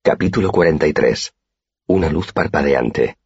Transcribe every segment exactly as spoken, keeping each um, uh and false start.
Capítulo cuarenta y tres. Una luz parpadeante.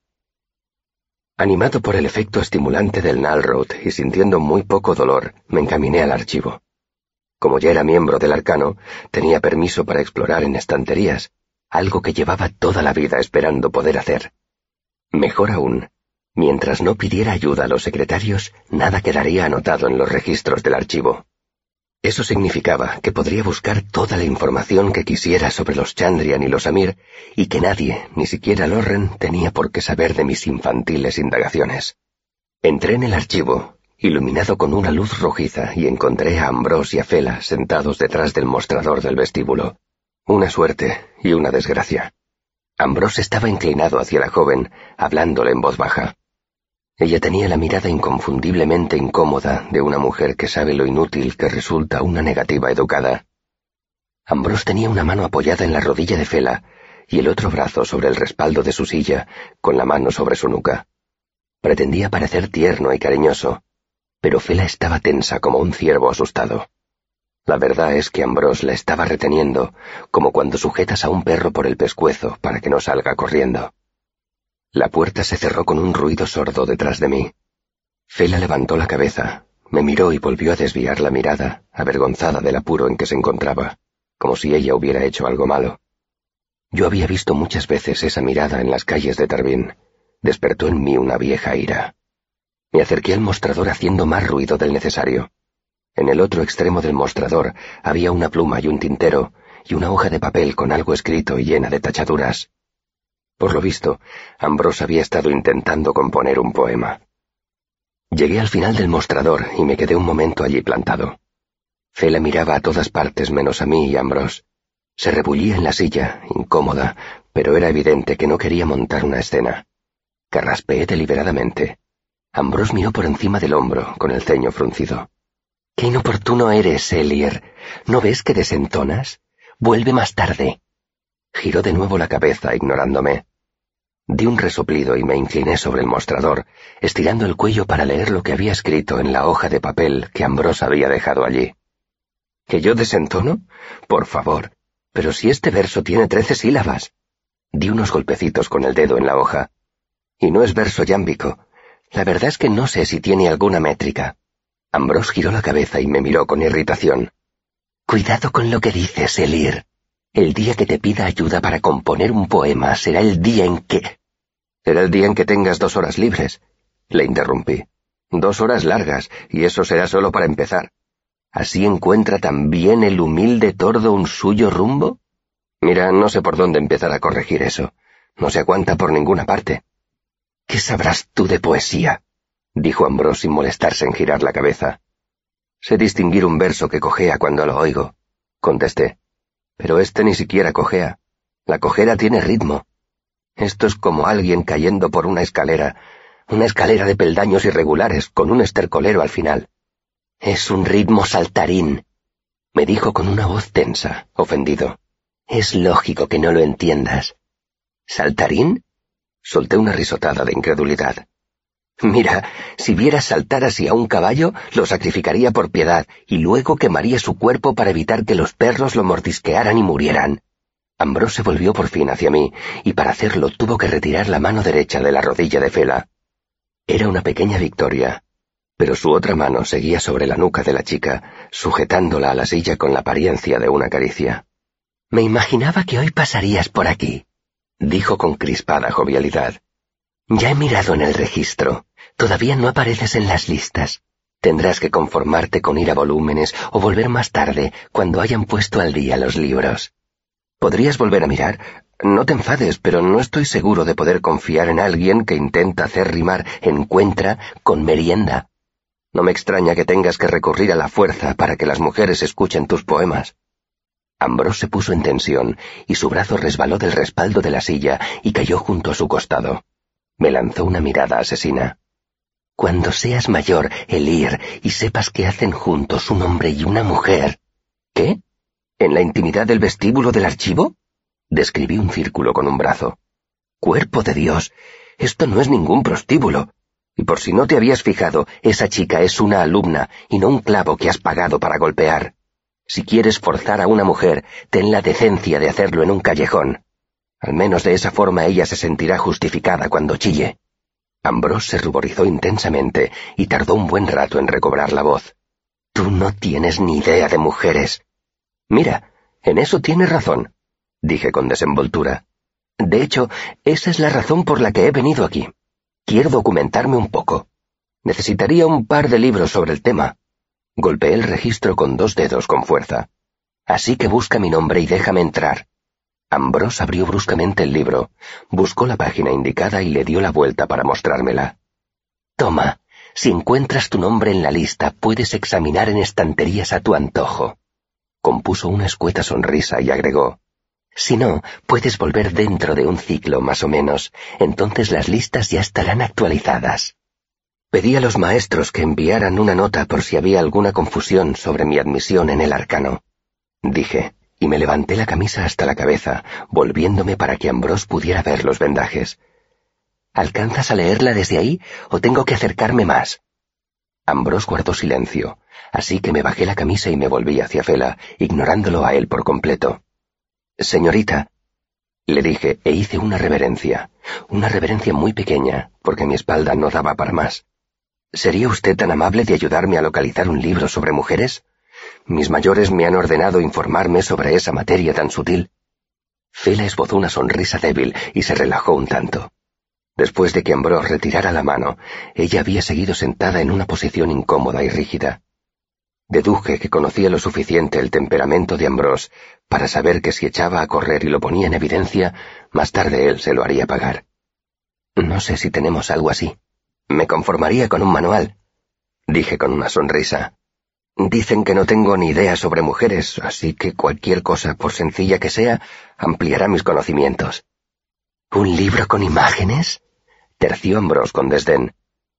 Animado por el efecto estimulante del Nalroth y sintiendo muy poco dolor, me encaminé al archivo. Como ya era miembro del Arcano, tenía permiso para explorar en estanterías, algo que llevaba toda la vida esperando poder hacer. Mejor aún, mientras no pidiera ayuda a los secretarios, nada quedaría anotado en los registros del archivo. Eso significaba que podría buscar toda la información que quisiera sobre los Chandrian y los Amir, y que nadie, ni siquiera Lorren, tenía por qué saber de mis infantiles indagaciones. Entré en el archivo, iluminado con una luz rojiza, y encontré a Ambrose y a Fela sentados detrás del mostrador del vestíbulo. Una suerte y una desgracia. Ambrose estaba inclinado hacia la joven, hablándole en voz baja. Ella tenía la mirada inconfundiblemente incómoda de una mujer que sabe lo inútil que resulta una negativa educada. Ambrose tenía una mano apoyada en la rodilla de Fela y el otro brazo sobre el respaldo de su silla, con la mano sobre su nuca. Pretendía parecer tierno y cariñoso, pero Fela estaba tensa como un ciervo asustado. La verdad es que Ambrose la estaba reteniendo, como cuando sujetas a un perro por el pescuezo para que no salga corriendo. La puerta se cerró con un ruido sordo detrás de mí. Fela levantó la cabeza, me miró y volvió a desviar la mirada, avergonzada del apuro en que se encontraba, como si ella hubiera hecho algo malo. Yo había visto muchas veces esa mirada en las calles de Tarvin. Despertó en mí una vieja ira. Me acerqué al mostrador haciendo más ruido del necesario. En el otro extremo del mostrador había una pluma y un tintero, y una hoja de papel con algo escrito y llena de tachaduras. Por lo visto, Ambrose había estado intentando componer un poema. Llegué al final del mostrador y me quedé un momento allí plantado. Fela miraba a todas partes menos a mí y a Ambrose. Se rebullía en la silla, incómoda, pero era evidente que no quería montar una escena. Carraspeé deliberadamente. Ambrose miró por encima del hombro, con el ceño fruncido. «¡Qué inoportuno eres, Elir! ¿No ves que desentonas? Vuelve más tarde». Giró de nuevo la cabeza, ignorándome. Di un resoplido y me incliné sobre el mostrador, estirando el cuello para leer lo que había escrito en la hoja de papel que Ambrose había dejado allí. ¿Que yo desentono? Por favor, pero si este verso tiene trece sílabas. Di unos golpecitos con el dedo en la hoja. Y no es verso yámbico. La verdad es que no sé si tiene alguna métrica. Ambrose giró la cabeza y me miró con irritación. Cuidado con lo que dices, Elir. El día que te pida ayuda para componer un poema será el día en que... Será el día en que tengas dos horas libres, le interrumpí. Dos horas largas, y eso será solo para empezar. ¿Así encuentra también el humilde tordo un suyo rumbo? Mira, no sé por dónde empezar a corregir eso. No se aguanta por ninguna parte. ¿Qué sabrás tú de poesía?, dijo Ambrose sin molestarse en girar la cabeza. Sé distinguir un verso que cojea cuando lo oigo, contesté. Pero este ni siquiera cojea. La cojera tiene ritmo. Esto es como alguien cayendo por una escalera, una escalera de peldaños irregulares con un estercolero al final. Es un ritmo saltarín, me dijo con una voz tensa, ofendido. Es lógico que no lo entiendas. ¿Saltarín? Solté una risotada de incredulidad. Mira, si vieras saltar así a un caballo, lo sacrificaría por piedad y luego quemaría su cuerpo para evitar que los perros lo mordisquearan y murieran. Ambrose se volvió por fin hacia mí, y para hacerlo tuvo que retirar la mano derecha de la rodilla de Fela. Era una pequeña victoria, pero su otra mano seguía sobre la nuca de la chica, sujetándola a la silla con la apariencia de una caricia. Me imaginaba que hoy pasarías por aquí, dijo con crispada jovialidad. Ya he mirado en el registro. Todavía no apareces en las listas. Tendrás que conformarte con ir a volúmenes o volver más tarde, cuando hayan puesto al día los libros. ¿Podrías volver a mirar? No te enfades, pero no estoy seguro de poder confiar en alguien que intenta hacer rimar encuentra con merienda. No me extraña que tengas que recurrir a la fuerza para que las mujeres escuchen tus poemas. Ambrose se puso en tensión y su brazo resbaló del respaldo de la silla y cayó junto a su costado. Me lanzó una mirada asesina. Cuando seas mayor, Elir, y sepas que hacen juntos un hombre y una mujer... ¿Qué? ¿En la intimidad del vestíbulo del archivo? Describí un círculo con un brazo. Cuerpo de Dios, esto no es ningún prostíbulo. Y por si no te habías fijado, esa chica es una alumna y no un clavo que has pagado para golpear. Si quieres forzar a una mujer, ten la decencia de hacerlo en un callejón. Al menos de esa forma ella se sentirá justificada cuando chille. Ambrose se ruborizó intensamente y tardó un buen rato en recobrar la voz. Tú no tienes ni idea de mujeres. Mira, en eso tienes razón, dije con desenvoltura. De hecho, esa es la razón por la que he venido aquí. Quiero documentarme un poco. Necesitaría un par de libros sobre el tema. Golpeé el registro con dos dedos con fuerza. Así que busca mi nombre y déjame entrar. Ambrose abrió bruscamente el libro, buscó la página indicada y le dio la vuelta para mostrármela. Toma, si encuentras tu nombre en la lista, puedes examinar en estanterías a tu antojo. Compuso una escueta sonrisa y agregó. Si no, puedes volver dentro de un ciclo más o menos, entonces las listas ya estarán actualizadas. Pedí a los maestros que enviaran una nota por si había alguna confusión sobre mi admisión en el arcano. Dije, y me levanté la camisa hasta la cabeza, volviéndome para que Ambrose pudiera ver los vendajes. ¿Alcanzas a leerla desde ahí o tengo que acercarme más? Ambrose guardó silencio, así que me bajé la camisa y me volví hacia Fela, ignorándolo a él por completo. Señorita, le dije e hice una reverencia, una reverencia muy pequeña, porque mi espalda no daba para más. ¿Sería usted tan amable de ayudarme a localizar un libro sobre mujeres? Mis mayores me han ordenado informarme sobre esa materia tan sutil. Fela esbozó una sonrisa débil y se relajó un tanto. Después de que Ambrose retirara la mano, ella había seguido sentada en una posición incómoda y rígida. Deduje que conocía lo suficiente el temperamento de Ambrose para saber que si echaba a correr y lo ponía en evidencia, más tarde él se lo haría pagar. No sé si tenemos algo así. Me conformaría con un manual, dije con una sonrisa. Dicen que no tengo ni idea sobre mujeres, así que cualquier cosa, por sencilla que sea, ampliará mis conocimientos. ¿Un libro con imágenes? Terció Ambrose con desdén.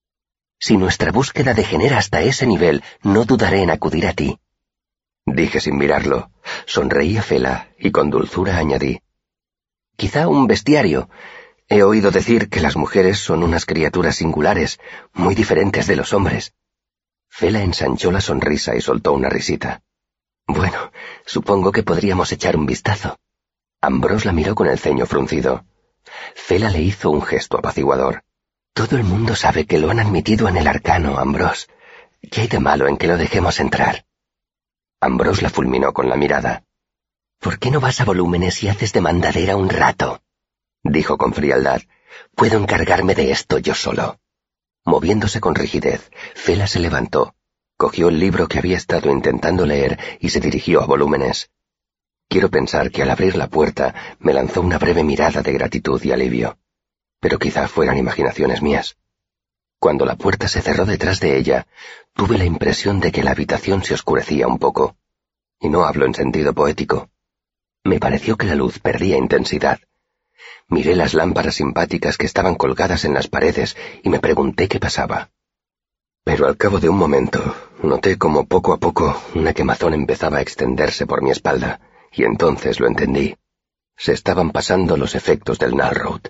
Si nuestra búsqueda degenera hasta ese nivel, no dudaré en acudir a ti. Dije sin mirarlo. Sonreí a Fela y con dulzura añadí. Quizá un bestiario. He oído decir que las mujeres son unas criaturas singulares, muy diferentes de los hombres. Fela ensanchó la sonrisa y soltó una risita. Bueno, supongo que podríamos echar un vistazo. Ambrose la miró con el ceño fruncido. Fela le hizo un gesto apaciguador. Todo el mundo sabe que lo han admitido en el arcano, Ambrose. ¿Qué hay de malo en que lo dejemos entrar? Ambrose la fulminó con la mirada. ¿Por qué no vas a volúmenes y haces de mandadera un rato? Dijo con frialdad. Puedo encargarme de esto yo solo. Moviéndose con rigidez, Fela se levantó, cogió el libro que había estado intentando leer y se dirigió a volúmenes. Quiero pensar que al abrir la puerta me lanzó una breve mirada de gratitud y alivio. Pero quizá fueran imaginaciones mías. Cuando la puerta se cerró detrás de ella, tuve la impresión de que la habitación se oscurecía un poco. Y no hablo en sentido poético. Me pareció que la luz perdía intensidad. Miré las lámparas simpáticas que estaban colgadas en las paredes y me pregunté qué pasaba. Pero al cabo de un momento, noté como poco a poco una quemazón empezaba a extenderse por mi espalda, y entonces lo entendí. Se estaban pasando los efectos del Nalroth.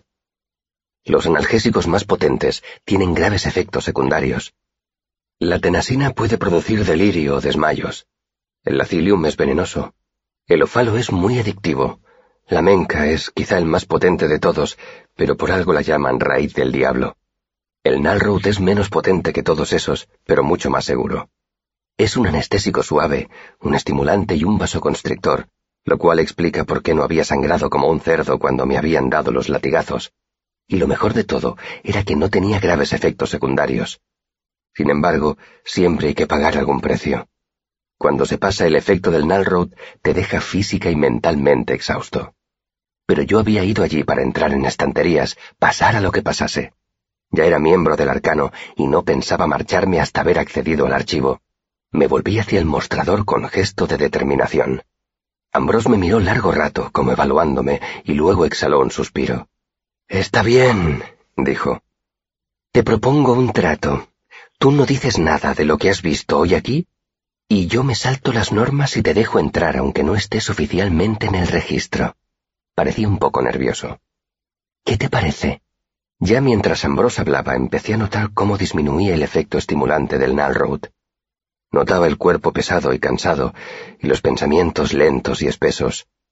Los analgésicos más potentes tienen graves efectos secundarios. La tenasina puede producir delirio o desmayos. El lacilium es venenoso. El ofalo es muy adictivo. La menca es quizá el más potente de todos, pero por algo la llaman raíz del diablo. El Nalroth es menos potente que todos esos, pero mucho más seguro. Es un anestésico suave, un estimulante y un vasoconstrictor, lo cual explica por qué no había sangrado como un cerdo cuando me habían dado los latigazos. Y lo mejor de todo era que no tenía graves efectos secundarios. Sin embargo, siempre hay que pagar algún precio. Cuando se pasa el efecto del Nalroth, te deja física y mentalmente exhausto. Pero yo había ido allí para entrar en estanterías, pasara lo que pasase. Ya era miembro del arcano y no pensaba marcharme hasta haber accedido al archivo. Me volví hacia el mostrador con gesto de determinación. Ambrose me miró largo rato, como evaluándome, y luego exhaló un suspiro. «Está bien», dijo. «Te propongo un trato. Tú no dices nada de lo que has visto hoy aquí, y yo me salto las normas y te dejo entrar aunque no estés oficialmente en el registro». Parecía un poco nervioso. «¿Qué te parece?» Ya mientras Ambrose hablaba empecé a notar cómo disminuía el efecto estimulante del Nalroth. Notaba el cuerpo pesado y cansado, y los pensamientos lentos y espesos.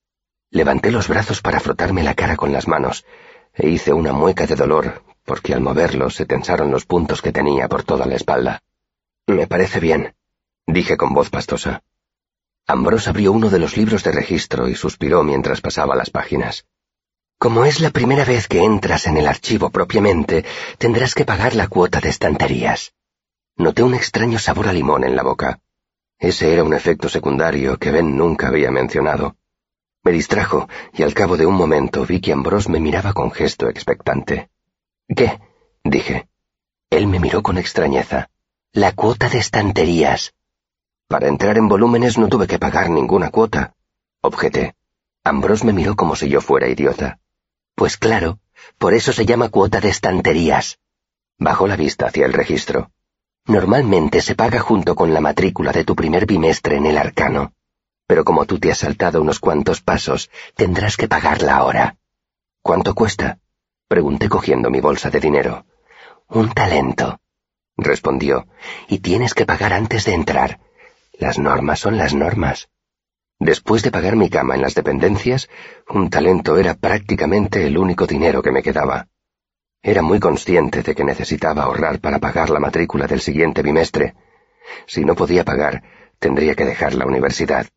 Levanté los brazos para frotarme la cara con las manos, e hice una mueca de dolor, porque al moverlos se tensaron los puntos que tenía por toda la espalda. «Me parece bien», dije con voz pastosa. Ambrose abrió uno de los libros de registro y suspiró mientras pasaba las páginas. «Como es la primera vez que entras en el archivo propiamente, tendrás que pagar la cuota de estanterías». Noté un extraño sabor a limón en la boca. Ese era un efecto secundario que Ben nunca había mencionado. Me distrajo, y al cabo de un momento vi que Ambrose me miraba con gesto expectante. «¿Qué?», dije. Él me miró con extrañeza. «La cuota de estanterías». «Para entrar en volúmenes no tuve que pagar ninguna cuota», objeté. Ambrose me miró como si yo fuera idiota. «Pues claro, por eso se llama cuota de estanterías». Bajó la vista hacia el registro. «Normalmente se paga junto con la matrícula de tu primer bimestre en el arcano. Pero como tú te has saltado unos cuantos pasos, tendrás que pagarla ahora». «¿Cuánto cuesta?», pregunté cogiendo mi bolsa de dinero. «Un talento», respondió, «y tienes que pagar antes de entrar. Las normas son las normas». Después de pagar mi cama en las dependencias, un talento era prácticamente el único dinero que me quedaba. Era muy consciente de que necesitaba ahorrar para pagar la matrícula del siguiente bimestre. Si no podía pagar, tendría que dejar la universidad.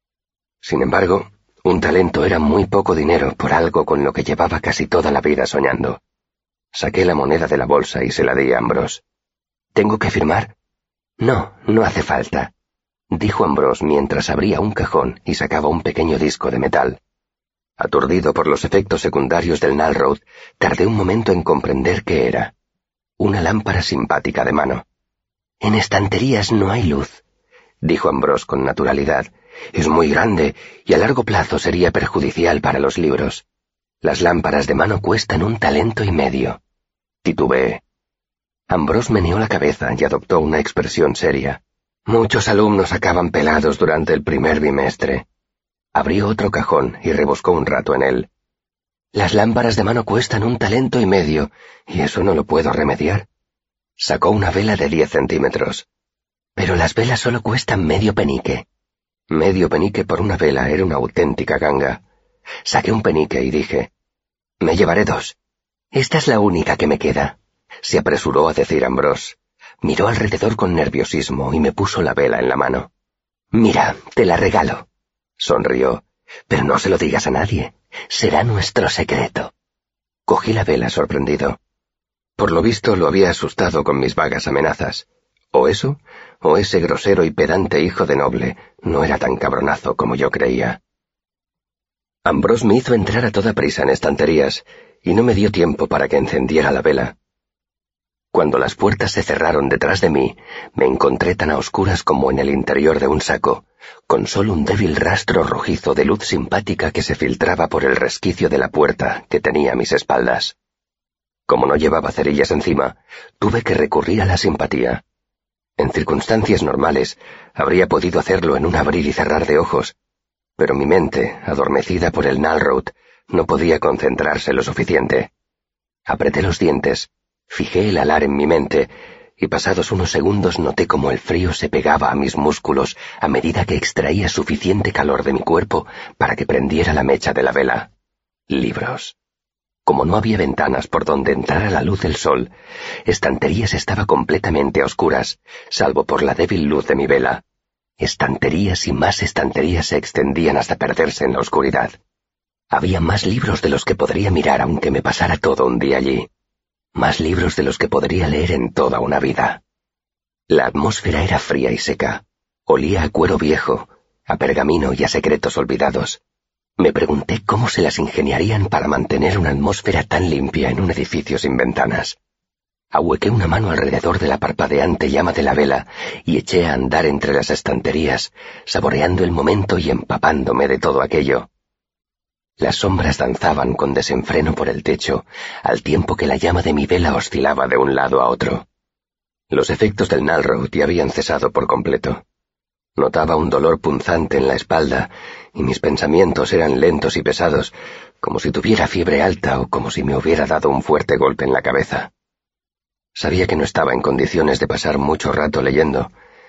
Sin embargo, un talento era muy poco dinero por algo con lo que llevaba casi toda la vida soñando. Saqué la moneda de la bolsa y se la di a Ambrose. «¿Tengo que firmar?» «No, no hace falta», dijo Ambrose mientras abría un cajón y sacaba un pequeño disco de metal. Aturdido por los efectos secundarios del Nalroth, tardé un momento en comprender qué era. Una lámpara simpática de mano. «En estanterías no hay luz», dijo Ambrose con naturalidad. «Es muy grande y a largo plazo sería perjudicial para los libros. Las lámparas de mano cuestan un talento y medio». Titubeé. Ambrose meneó la cabeza y adoptó una expresión seria. «Muchos alumnos acaban pelados durante el primer bimestre». Abrió otro cajón y rebuscó un rato en él. «Las lámparas de mano cuestan un talento y medio, y eso no lo puedo remediar». Sacó una vela de diez centímetros. «Pero las velas solo cuestan medio penique». Medio penique por una vela era una auténtica ganga. Saqué un penique y dije, «Me llevaré dos. Esta es la única que me queda», se apresuró a decir Ambrose. Miró alrededor con nerviosismo y me puso la vela en la mano. «Mira, te la regalo». Sonrió. «Pero no se lo digas a nadie. Será nuestro secreto». Cogí la vela sorprendido. Por lo visto lo había asustado con mis vagas amenazas. O eso, o ese grosero y pedante hijo de noble no era tan cabronazo como yo creía. Ambrose me hizo entrar a toda prisa en estanterías, y no me dio tiempo para que encendiera la vela. Cuando las puertas se cerraron detrás de mí, me encontré tan a oscuras como en el interior de un saco, con solo un débil rastro rojizo de luz simpática que se filtraba por el resquicio de la puerta que tenía a mis espaldas. Como no llevaba cerillas encima, tuve que recurrir a la simpatía. En circunstancias normales, habría podido hacerlo en un abrir y cerrar de ojos, pero mi mente, adormecida por el Nalroth, no podía concentrarse lo suficiente. Apreté los dientes, fijé el alar en mi mente, y pasados unos segundos noté cómo el frío se pegaba a mis músculos a medida que extraía suficiente calor de mi cuerpo para que prendiera la mecha de la vela. Libros. Como no había ventanas por donde entrara la luz del sol, Estanterías estaba completamente a oscuras, salvo por la débil luz de mi vela. Estanterías y más estanterías se extendían hasta perderse en la oscuridad. Había más libros de los que podría mirar aunque me pasara todo un día allí. Más libros de los que podría leer en toda una vida. La atmósfera era fría y seca. Olía a cuero viejo, a pergamino y a secretos olvidados. Me pregunté cómo se las ingeniarían para mantener una atmósfera tan limpia en un edificio sin ventanas. Ahuequé una mano alrededor de la parpadeante llama de la vela y eché a andar entre las estanterías, saboreando el momento y empapándome de todo aquello. Las sombras danzaban con desenfreno por el techo, al tiempo que la llama de mi vela oscilaba de un lado a otro. Los efectos del Nalroth ya habían cesado por completo. Notaba un dolor punzante en la espalda, y mis pensamientos eran lentos y pesados, como si tuviera fiebre alta o como si me hubiera dado un fuerte golpe en la cabeza. Sabía que no estaba en condiciones de pasar mucho rato leyendo,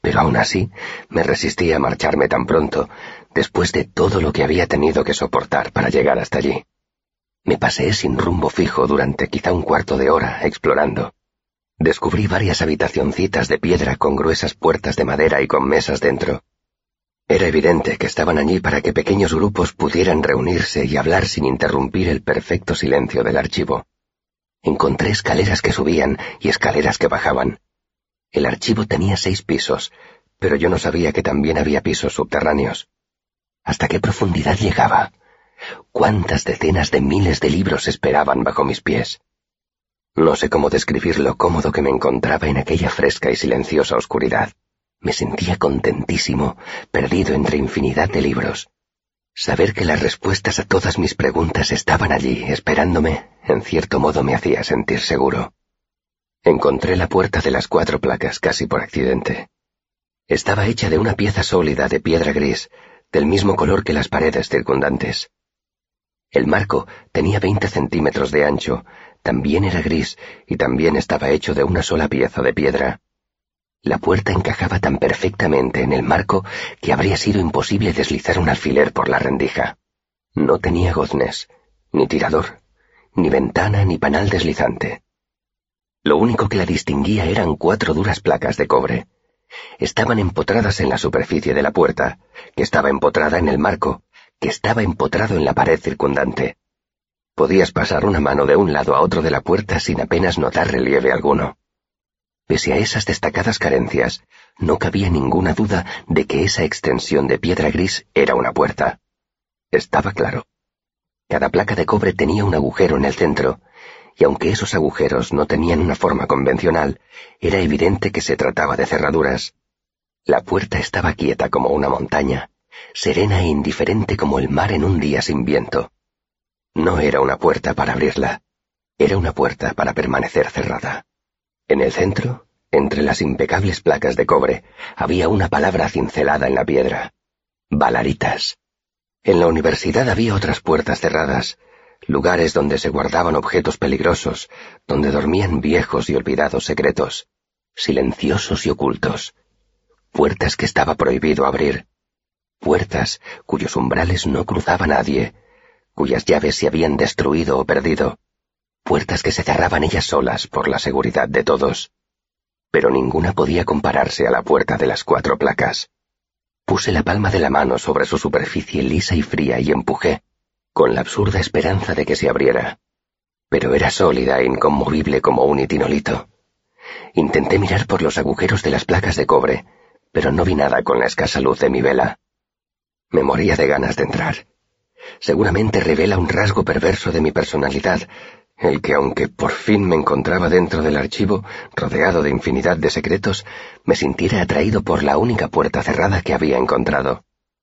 pero aún así me resistí a marcharme tan pronto, después de todo lo que había tenido que soportar para llegar hasta allí. Me paseé sin rumbo fijo durante quizá un cuarto de hora explorando. Descubrí varias habitacioncitas de piedra con gruesas puertas de madera y con mesas dentro. Era evidente que estaban allí para que pequeños grupos pudieran reunirse y hablar sin interrumpir el perfecto silencio del archivo. Encontré escaleras que subían y escaleras que bajaban. El archivo tenía seis pisos, pero yo no sabía que también había pisos subterráneos. ¿Hasta qué profundidad llegaba? ¿Cuántas decenas de miles de libros esperaban bajo mis pies? No sé cómo describir lo cómodo que me encontraba en aquella fresca y silenciosa oscuridad. Me sentía contentísimo, perdido entre infinidad de libros. Saber que las respuestas a todas mis preguntas estaban allí, esperándome, en cierto modo me hacía sentir seguro. Encontré la puerta de las cuatro placas casi por accidente. Estaba hecha de una pieza sólida de piedra gris, del mismo color que las paredes circundantes. El marco tenía veinte centímetros de ancho, también era gris y también estaba hecho de una sola pieza de piedra. La puerta encajaba tan perfectamente en el marco que habría sido imposible deslizar un alfiler por la rendija. No tenía goznes, ni tirador, ni ventana ni panal deslizante. Lo único que la distinguía eran cuatro duras placas de cobre. Estaban empotradas en la superficie de la puerta, que estaba empotrada en el marco, que estaba empotrado en la pared circundante. Podías pasar una mano de un lado a otro de la puerta sin apenas notar relieve alguno. Pese a esas destacadas carencias, no cabía ninguna duda de que esa extensión de piedra gris era una puerta. Estaba claro. Cada placa de cobre tenía un agujero en el centro, y aunque esos agujeros no tenían una forma convencional, era evidente que se trataba de cerraduras. La puerta estaba quieta como una montaña, serena e indiferente como el mar en un día sin viento. No era una puerta para abrirla, era una puerta para permanecer cerrada. En el centro, entre las impecables placas de cobre, había una palabra cincelada en la piedra: Balaritas. En la universidad había otras puertas cerradas, lugares donde se guardaban objetos peligrosos, donde dormían viejos y olvidados secretos, silenciosos y ocultos. Puertas que estaba prohibido abrir. Puertas cuyos umbrales no cruzaba nadie, cuyas llaves se habían destruido o perdido. Puertas que se cerraban ellas solas por la seguridad de todos. Pero ninguna podía compararse a la puerta de las cuatro placas. Puse la palma de la mano sobre su superficie lisa y fría y empujé, con la absurda esperanza de que se abriera. Pero era sólida e inconmovible como un itinolito. Intenté mirar por los agujeros de las placas de cobre, pero no vi nada con la escasa luz de mi vela. Me moría de ganas de entrar. Seguramente revela un rasgo perverso de mi personalidad, el que, aunque por fin me encontraba dentro del archivo, rodeado de infinidad de secretos, me sintiera atraído por la única puerta cerrada que había encontrado.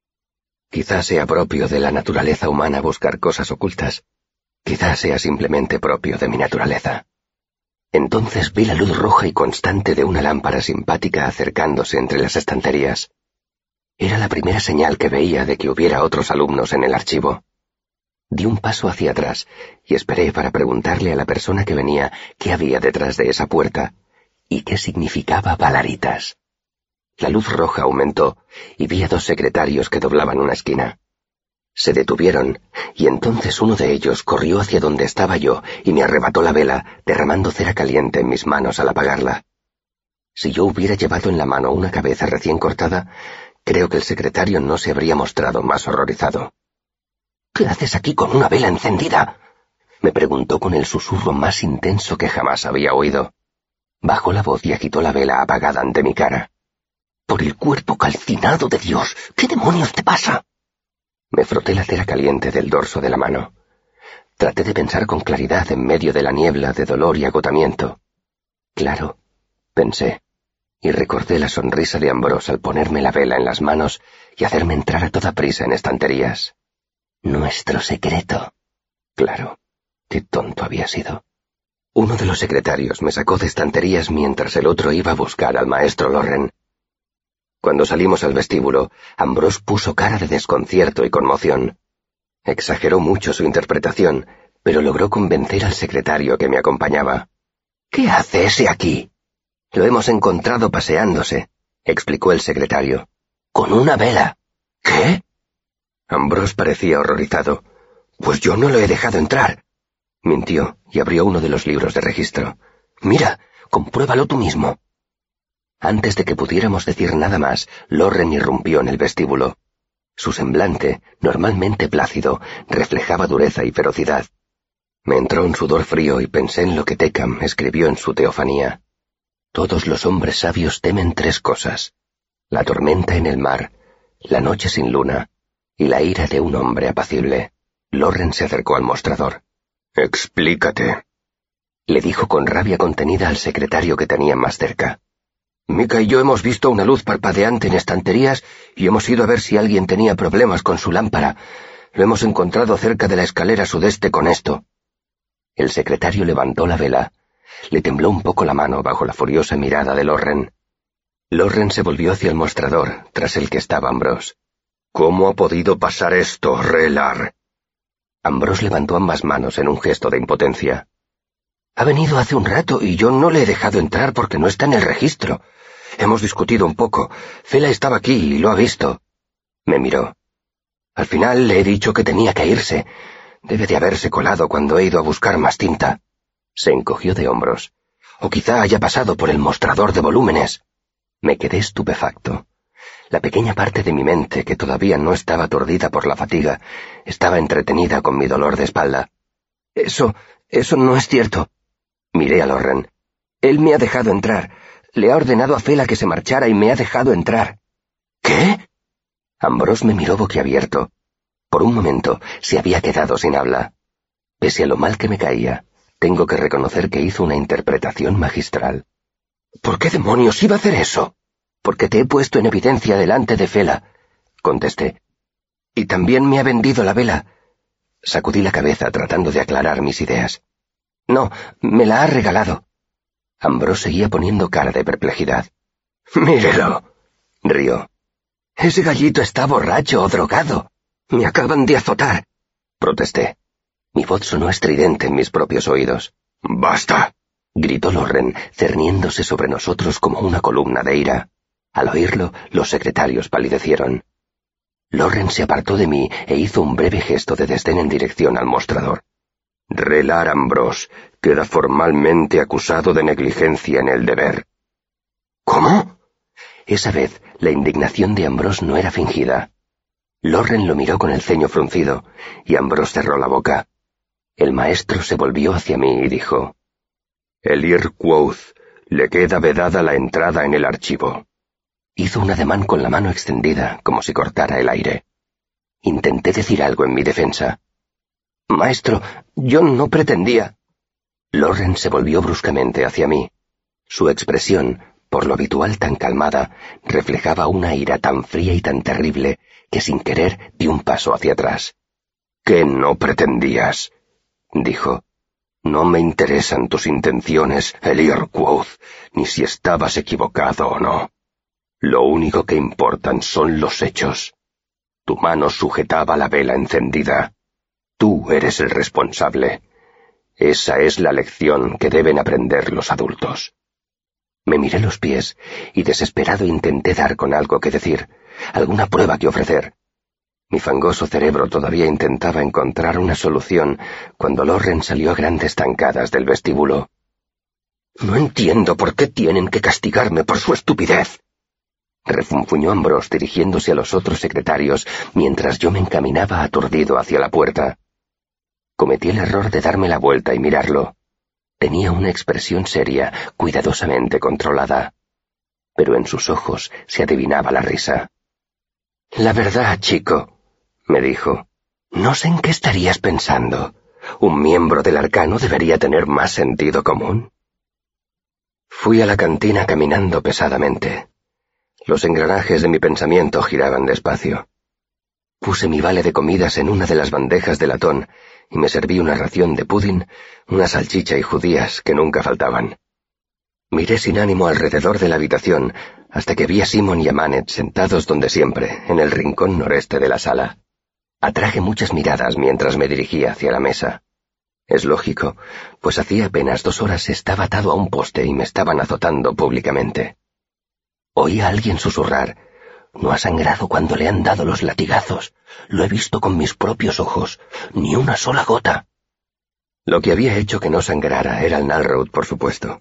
Quizás sea propio de la naturaleza humana buscar cosas ocultas. Quizás sea simplemente propio de mi naturaleza. Entonces vi la luz roja y constante de una lámpara simpática acercándose entre las estanterías. Era la primera señal que veía de que hubiera otros alumnos en el archivo. Di un paso hacia atrás y esperé para preguntarle a la persona que venía qué había detrás de esa puerta y qué significaba Balaritas. La luz roja aumentó y vi a dos secretarios que doblaban una esquina. Se detuvieron y entonces uno de ellos corrió hacia donde estaba yo y me arrebató la vela, derramando cera caliente en mis manos al apagarla. Si yo hubiera llevado en la mano una cabeza recién cortada, creo que el secretario no se habría mostrado más horrorizado. «¿Qué haces aquí con una vela encendida?», me preguntó con el susurro más intenso que jamás había oído. Bajó la voz y agitó la vela apagada ante mi cara. «Por el cuerpo calcinado de Dios, ¿qué demonios te pasa?». Me froté la cera caliente del dorso de la mano. Traté de pensar con claridad en medio de la niebla de dolor y agotamiento. Claro, pensé, y recordé la sonrisa de Ambrose al ponerme la vela en las manos y hacerme entrar a toda prisa en estanterías. Nuestro secreto. Claro, qué tonto había sido. Uno de los secretarios me sacó de estanterías mientras el otro iba a buscar al maestro Lorren. Cuando salimos al vestíbulo, Ambrose puso cara de desconcierto y conmoción. Exageró mucho su interpretación, pero logró convencer al secretario que me acompañaba. «¿Qué hace ese aquí?» «Lo hemos encontrado paseándose. explicó el secretario. Con una vela. ¿Qué? Ambrose parecía horrorizado. Pues yo no lo he dejado entrar. Mintió y abrió uno de los libros de registro. Mira, compruébalo tú mismo. Antes de que pudiéramos decir nada más, Lorren irrumpió en el vestíbulo. Su semblante, normalmente plácido, reflejaba dureza y ferocidad. Me entró un sudor frío y pensé en lo que Tecam escribió en su Teofanía. Todos los hombres sabios temen tres cosas: la tormenta en el mar, la noche sin luna y la ira de un hombre apacible. Lorren se acercó al mostrador. «Explícate», le dijo con rabia contenida al secretario que tenía más cerca. «Mika y yo hemos visto una luz parpadeante en estanterías y hemos ido a ver si alguien tenía problemas con su lámpara. Lo hemos encontrado cerca de la escalera sudeste con esto». El secretario levantó la vela. Le tembló un poco la mano bajo la furiosa mirada de Lorren. Lorren se volvió hacia el mostrador, tras el que estaba Ambrose. «¿Cómo ha podido pasar esto, Relar?» Ambrose levantó ambas manos en un gesto de impotencia. «Ha venido hace un rato y yo no le he dejado entrar porque no está en el registro. Hemos discutido un poco. Fela estaba aquí y lo ha visto». Me miró. «Al final le he dicho que tenía que irse. Debe de haberse colado cuando he ido a buscar más tinta». Se encogió de hombros. «O quizá haya pasado por el mostrador de volúmenes». Me quedé estupefacto. La pequeña parte de mi mente, que todavía no estaba aturdida por la fatiga, estaba entretenida con mi dolor de espalda. «Eso, eso no es cierto». Miré a Lorren. «Él me ha dejado entrar. Le ha ordenado a Fela que se marchara y me ha dejado entrar». «¿Qué?» Ambrose me miró boquiabierto. Por un momento se había quedado sin habla. Pese a lo mal que me caía, tengo que reconocer que hizo una interpretación magistral. «¿Por qué demonios iba a hacer eso?» «Porque te he puesto en evidencia delante de Fela», contesté. «Y también me ha vendido la vela». Sacudí la cabeza tratando de aclarar mis ideas. «No, me la ha regalado». Ambrose seguía poniendo cara de perplejidad. «Mírelo», rió. «Ese gallito está borracho o drogado. Me acaban de azotar», protesté. Mi voz sonó estridente en mis propios oídos. «¡Basta!», gritó Lorren, cerniéndose sobre nosotros como una columna de ira. Al oírlo, los secretarios palidecieron. Lorren se apartó de mí e hizo un breve gesto de desdén en dirección al mostrador. «Relar Ambrose queda formalmente acusado de negligencia en el deber». «¿Cómo?» Esa vez, la indignación de Ambrose no era fingida. Lorren lo miró con el ceño fruncido, y Ambrose cerró la boca. El maestro se volvió hacia mí y dijo: «Elir Quoth le queda vedada la entrada en el archivo». Hizo un ademán con la mano extendida, como si cortara el aire. Intenté decir algo en mi defensa. «Maestro, yo no pretendía». Lorren se volvió bruscamente hacia mí. Su expresión, por lo habitual tan calmada, reflejaba una ira tan fría y tan terrible que sin querer di un paso hacia atrás. «¿Qué no pretendías?», dijo. «No me interesan tus intenciones, Elir Quoth, ni si estabas equivocado o no. Lo único que importan son los hechos. Tu mano sujetaba la vela encendida. Tú eres el responsable. Esa es la lección que deben aprender los adultos». Me miré los pies y desesperado intenté dar con algo que decir, alguna prueba que ofrecer. Mi fangoso cerebro todavía intentaba encontrar una solución cuando Lorren salió a grandes zancadas del vestíbulo. «No entiendo por qué tienen que castigarme por su estupidez», refunfuñó Ambrose dirigiéndose a los otros secretarios mientras yo me encaminaba aturdido hacia la puerta. Cometí el error de darme la vuelta y mirarlo. Tenía una expresión seria, cuidadosamente controlada. Pero en sus ojos se adivinaba la risa. «La verdad, chico», me dijo, «no sé en qué estarías pensando. Un miembro del arcano debería tener más sentido común». Fui a la cantina caminando pesadamente. Los engranajes de mi pensamiento giraban despacio. Puse mi vale de comidas en una de las bandejas de latón y me serví una ración de pudín, una salchicha y judías que nunca faltaban. Miré sin ánimo alrededor de la habitación hasta que vi a Simon y a Manet sentados donde siempre, en el rincón noreste de la sala. Atraje muchas miradas mientras me dirigía hacia la mesa. Es lógico, pues hacía apenas dos horas estaba atado a un poste y me estaban azotando públicamente. Oí a alguien susurrar: «No ha sangrado cuando le han dado los latigazos. Lo he visto con mis propios ojos. Ni una sola gota». Lo que había hecho que no sangrara era el Nalroth, por supuesto.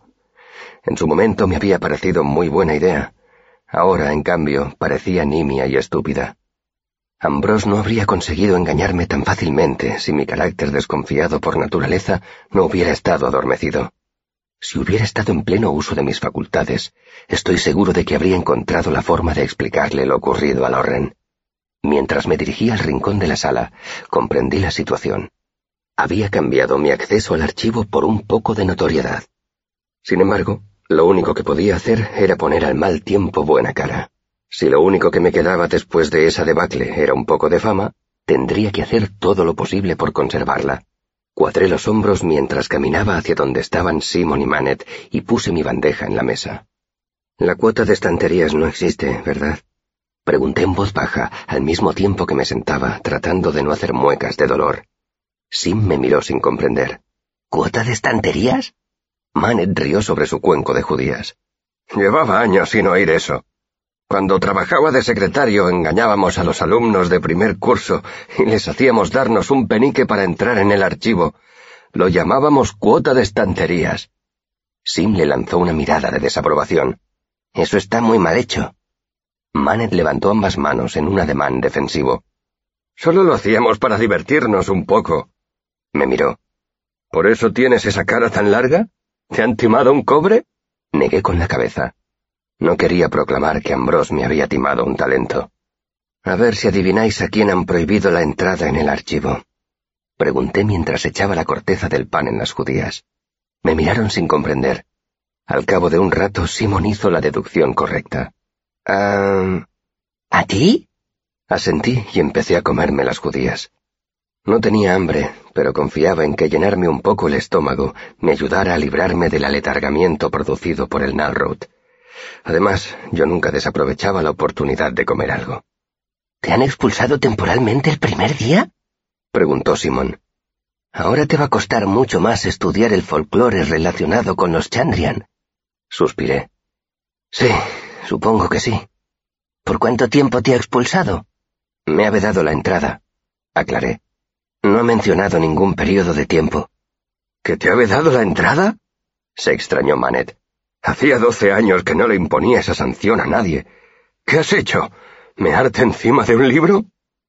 En su momento me había parecido muy buena idea. Ahora, en cambio, parecía nimia y estúpida. Ambrose no habría conseguido engañarme tan fácilmente si mi carácter desconfiado por naturaleza no hubiera estado adormecido. Si hubiera estado en pleno uso de mis facultades, estoy seguro de que habría encontrado la forma de explicarle lo ocurrido a Lorren. Mientras me dirigía al rincón de la sala, comprendí la situación. Había cambiado mi acceso al archivo por un poco de notoriedad. Sin embargo, lo único que podía hacer era poner al mal tiempo buena cara. Si lo único que me quedaba después de esa debacle era un poco de fama, tendría que hacer todo lo posible por conservarla. Cuadré los hombros mientras caminaba hacia donde estaban Simon y Manet y puse mi bandeja en la mesa. «La cuota de estanterías no existe, ¿verdad?», pregunté en voz baja al mismo tiempo que me sentaba, tratando de no hacer muecas de dolor. Sim me miró sin comprender. «¿Cuota de estanterías?». Manet rió sobre su cuenco de judías. «Llevaba años sin oír eso. Cuando trabajaba de secretario engañábamos a los alumnos de primer curso y les hacíamos darnos un penique para entrar en el archivo. Lo llamábamos cuota de estanterías». Sim le lanzó una mirada de desaprobación. «Eso está muy mal hecho». Manet levantó ambas manos en un ademán defensivo. «Solo lo hacíamos para divertirnos un poco». Me miró. «¿Por eso tienes esa cara tan larga? ¿Te han timado un cobre?». Negué con la cabeza. No quería proclamar que Ambrose me había timado un talento. «A ver si adivináis a quién han prohibido la entrada en el archivo», pregunté mientras echaba la corteza del pan en las judías. Me miraron sin comprender. Al cabo de un rato, Simon hizo la deducción correcta. «¿A... ¿A ti?». Asentí y empecé a comerme las judías. No tenía hambre, pero confiaba en que llenarme un poco el estómago me ayudara a librarme del aletargamiento producido por el Nalroth. Además, yo nunca desaprovechaba la oportunidad de comer algo. «¿Te han expulsado temporalmente el primer día?», preguntó Simon. «Ahora te va a costar mucho más estudiar el folclore relacionado con los Chandrian». Suspiré. «Sí, supongo que sí». «¿Por cuánto tiempo te ha expulsado?». «Me ha vedado la entrada», aclaré. «No ha mencionado ningún periodo de tiempo». «¿Que te ha vedado la entrada?», se extrañó Manet. «Hacía doce años que no le imponía esa sanción a nadie. ¿Qué has hecho? ¿Mearte encima de un libro?».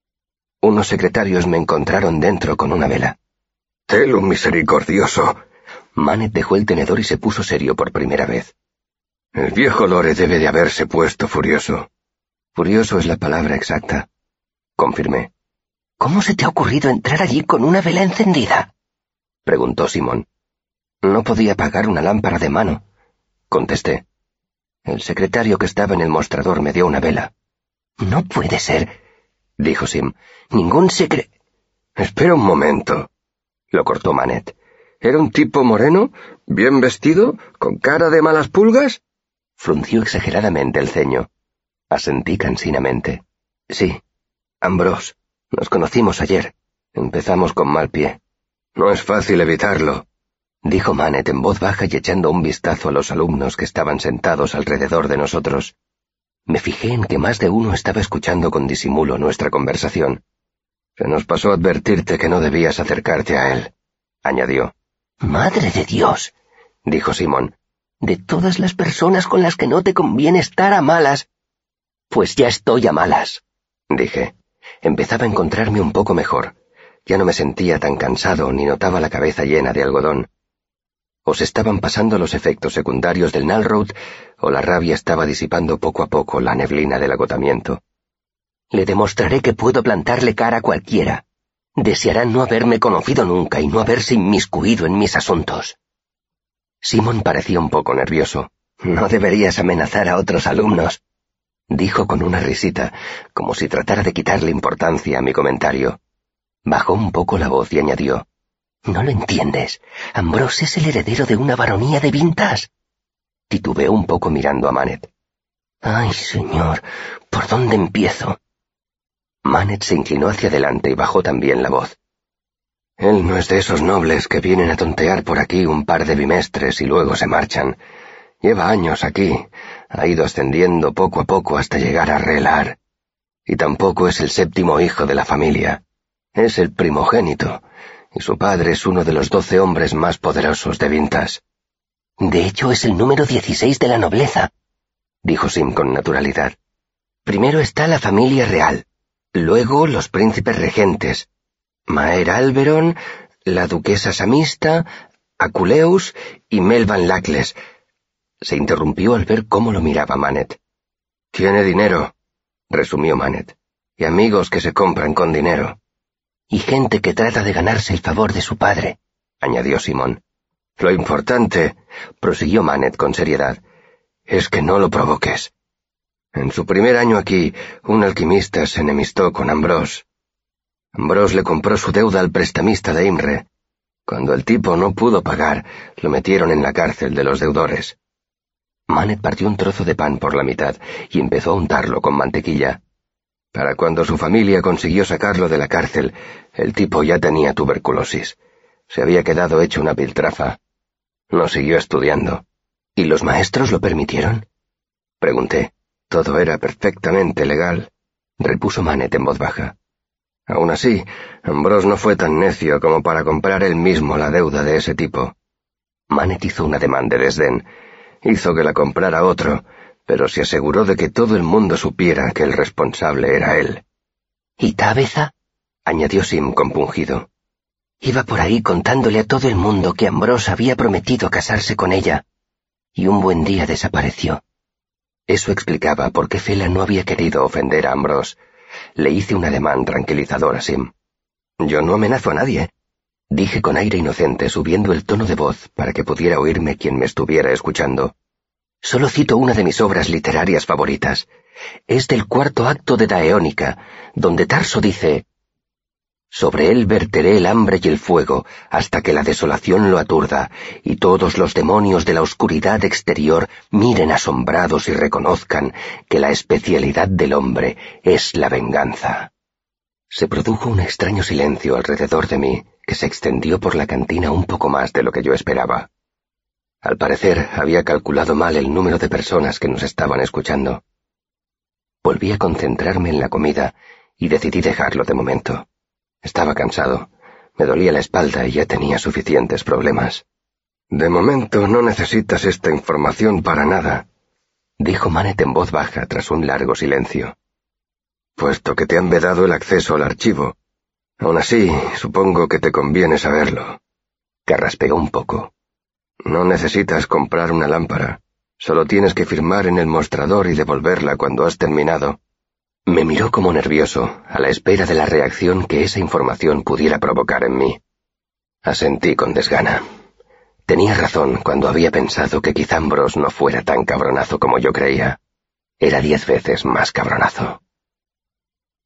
Unos secretarios me encontraron dentro con una vela. «Telo misericordioso». Manet dejó el tenedor y se puso serio por primera vez. «El viejo Lore debe de haberse puesto furioso». «Furioso es la palabra exacta», confirmé. «¿Cómo se te ha ocurrido entrar allí con una vela encendida?», preguntó Simon. «No podía pagar una lámpara de mano», contesté. «El secretario que estaba en el mostrador me dio una vela». «No puede ser», dijo Sim. «Ningún secre...» «Espera un momento», lo cortó Manet. «¿Era un tipo moreno, bien vestido, con cara de malas pulgas?». Frunció exageradamente el ceño. Asentí cansinamente. «Sí, Ambrose. Nos conocimos ayer. Empezamos con mal pie». «No es fácil evitarlo», dijo Manet en voz baja y echando un vistazo a los alumnos que estaban sentados alrededor de nosotros. Me fijé en que más de uno estaba escuchando con disimulo nuestra conversación. «Se nos pasó advertirte que no debías acercarte a él», añadió. «Madre de Dios», dijo Simon. «De todas las personas con las que no te conviene estar a malas». «Pues ya estoy a malas», dije. Empezaba a encontrarme un poco mejor. Ya no me sentía tan cansado ni notaba la cabeza llena de algodón. O se estaban pasando los efectos secundarios del Nalroth, o la rabia estaba disipando poco a poco la neblina del agotamiento. «Le demostraré que puedo plantarle cara a cualquiera. Deseará no haberme conocido nunca y no haberse inmiscuido en mis asuntos». Simon parecía un poco nervioso. «No deberías amenazar a otros alumnos», dijo con una risita, como si tratara de quitarle importancia a mi comentario. Bajó un poco la voz y añadió. «No lo entiendes. Ambrose es el heredero de una baronía de Vintas». Titubeó un poco mirando a Manet. «Ay, señor, ¿por dónde empiezo?». Manet se inclinó hacia adelante y bajó también la voz. «Él no es de esos nobles que vienen a tontear por aquí un par de bimestres y luego se marchan. Lleva años aquí, ha ido ascendiendo poco a poco hasta llegar a Relar. Y tampoco es el séptimo hijo de la familia. Es el primogénito, y su padre es uno de los doce hombres más poderosos de Vintas. De hecho, es el número dieciséis de la nobleza, dijo Sim con naturalidad. Primero está la familia real, luego los príncipes regentes, Maer Alberon, la duquesa Samista, Aculeus y Melvan Lacles. Se interrumpió al ver cómo lo miraba Manet. Tiene dinero, resumió Manet, y amigos que se compran con dinero. Y gente que trata de ganarse el favor de su padre, añadió Simón. Lo importante, prosiguió Manet con seriedad, es que no lo provoques. En su primer año aquí, un alquimista se enemistó con Ambrose. Ambrose le compró su deuda al prestamista de Imre. Cuando el tipo no pudo pagar, lo metieron en la cárcel de los deudores. Manet partió un trozo de pan por la mitad y empezó a untarlo con mantequilla. Para cuando su familia consiguió sacarlo de la cárcel, el tipo ya tenía tuberculosis. Se había quedado hecho una piltrafa. No siguió estudiando. ¿Y los maestros lo permitieron? Pregunté. Todo era perfectamente legal, repuso Manet en voz baja. Aún así, Ambrose no fue tan necio como para comprar él mismo la deuda de ese tipo. Manet hizo un ademán de desdén. Hizo que la comprara otro, pero se aseguró de que todo el mundo supiera que el responsable era él. ¿Y Tabitha? Añadió Sim compungido. Iba por ahí contándole a todo el mundo que Ambrose había prometido casarse con ella, y un buen día desapareció. Eso explicaba por qué Fela no había querido ofender a Ambrose. Le hice un ademán tranquilizador a Sim. Yo no amenazo a nadie, dije con aire inocente, subiendo el tono de voz para que pudiera oírme quien me estuviera escuchando. Solo cito una de mis obras literarias favoritas. Es del cuarto acto de Daeónica, donde Tarso dice: «Sobre él verteré el hambre y el fuego, hasta que la desolación lo aturda, y todos los demonios de la oscuridad exterior miren asombrados y reconozcan que la especialidad del hombre es la venganza». Se produjo un extraño silencio alrededor de mí, que se extendió por la cantina un poco más de lo que yo esperaba. Al parecer, había calculado mal el número de personas que nos estaban escuchando. Volví a concentrarme en la comida y decidí dejarlo de momento. Estaba cansado, me dolía la espalda y ya tenía suficientes problemas. «De momento no necesitas esta información para nada», dijo Manet en voz baja tras un largo silencio. «Puesto que te han vedado el acceso al archivo. Aún así, supongo que te conviene saberlo». Carraspeó un poco. «No necesitas comprar una lámpara. Solo tienes que firmar en el mostrador y devolverla cuando has terminado». Me miró como nervioso, a la espera de la reacción que esa información pudiera provocar en mí. Asentí con desgana. Tenía razón cuando había pensado que quizá Ambrose no fuera tan cabronazo como yo creía. Era diez veces más cabronazo.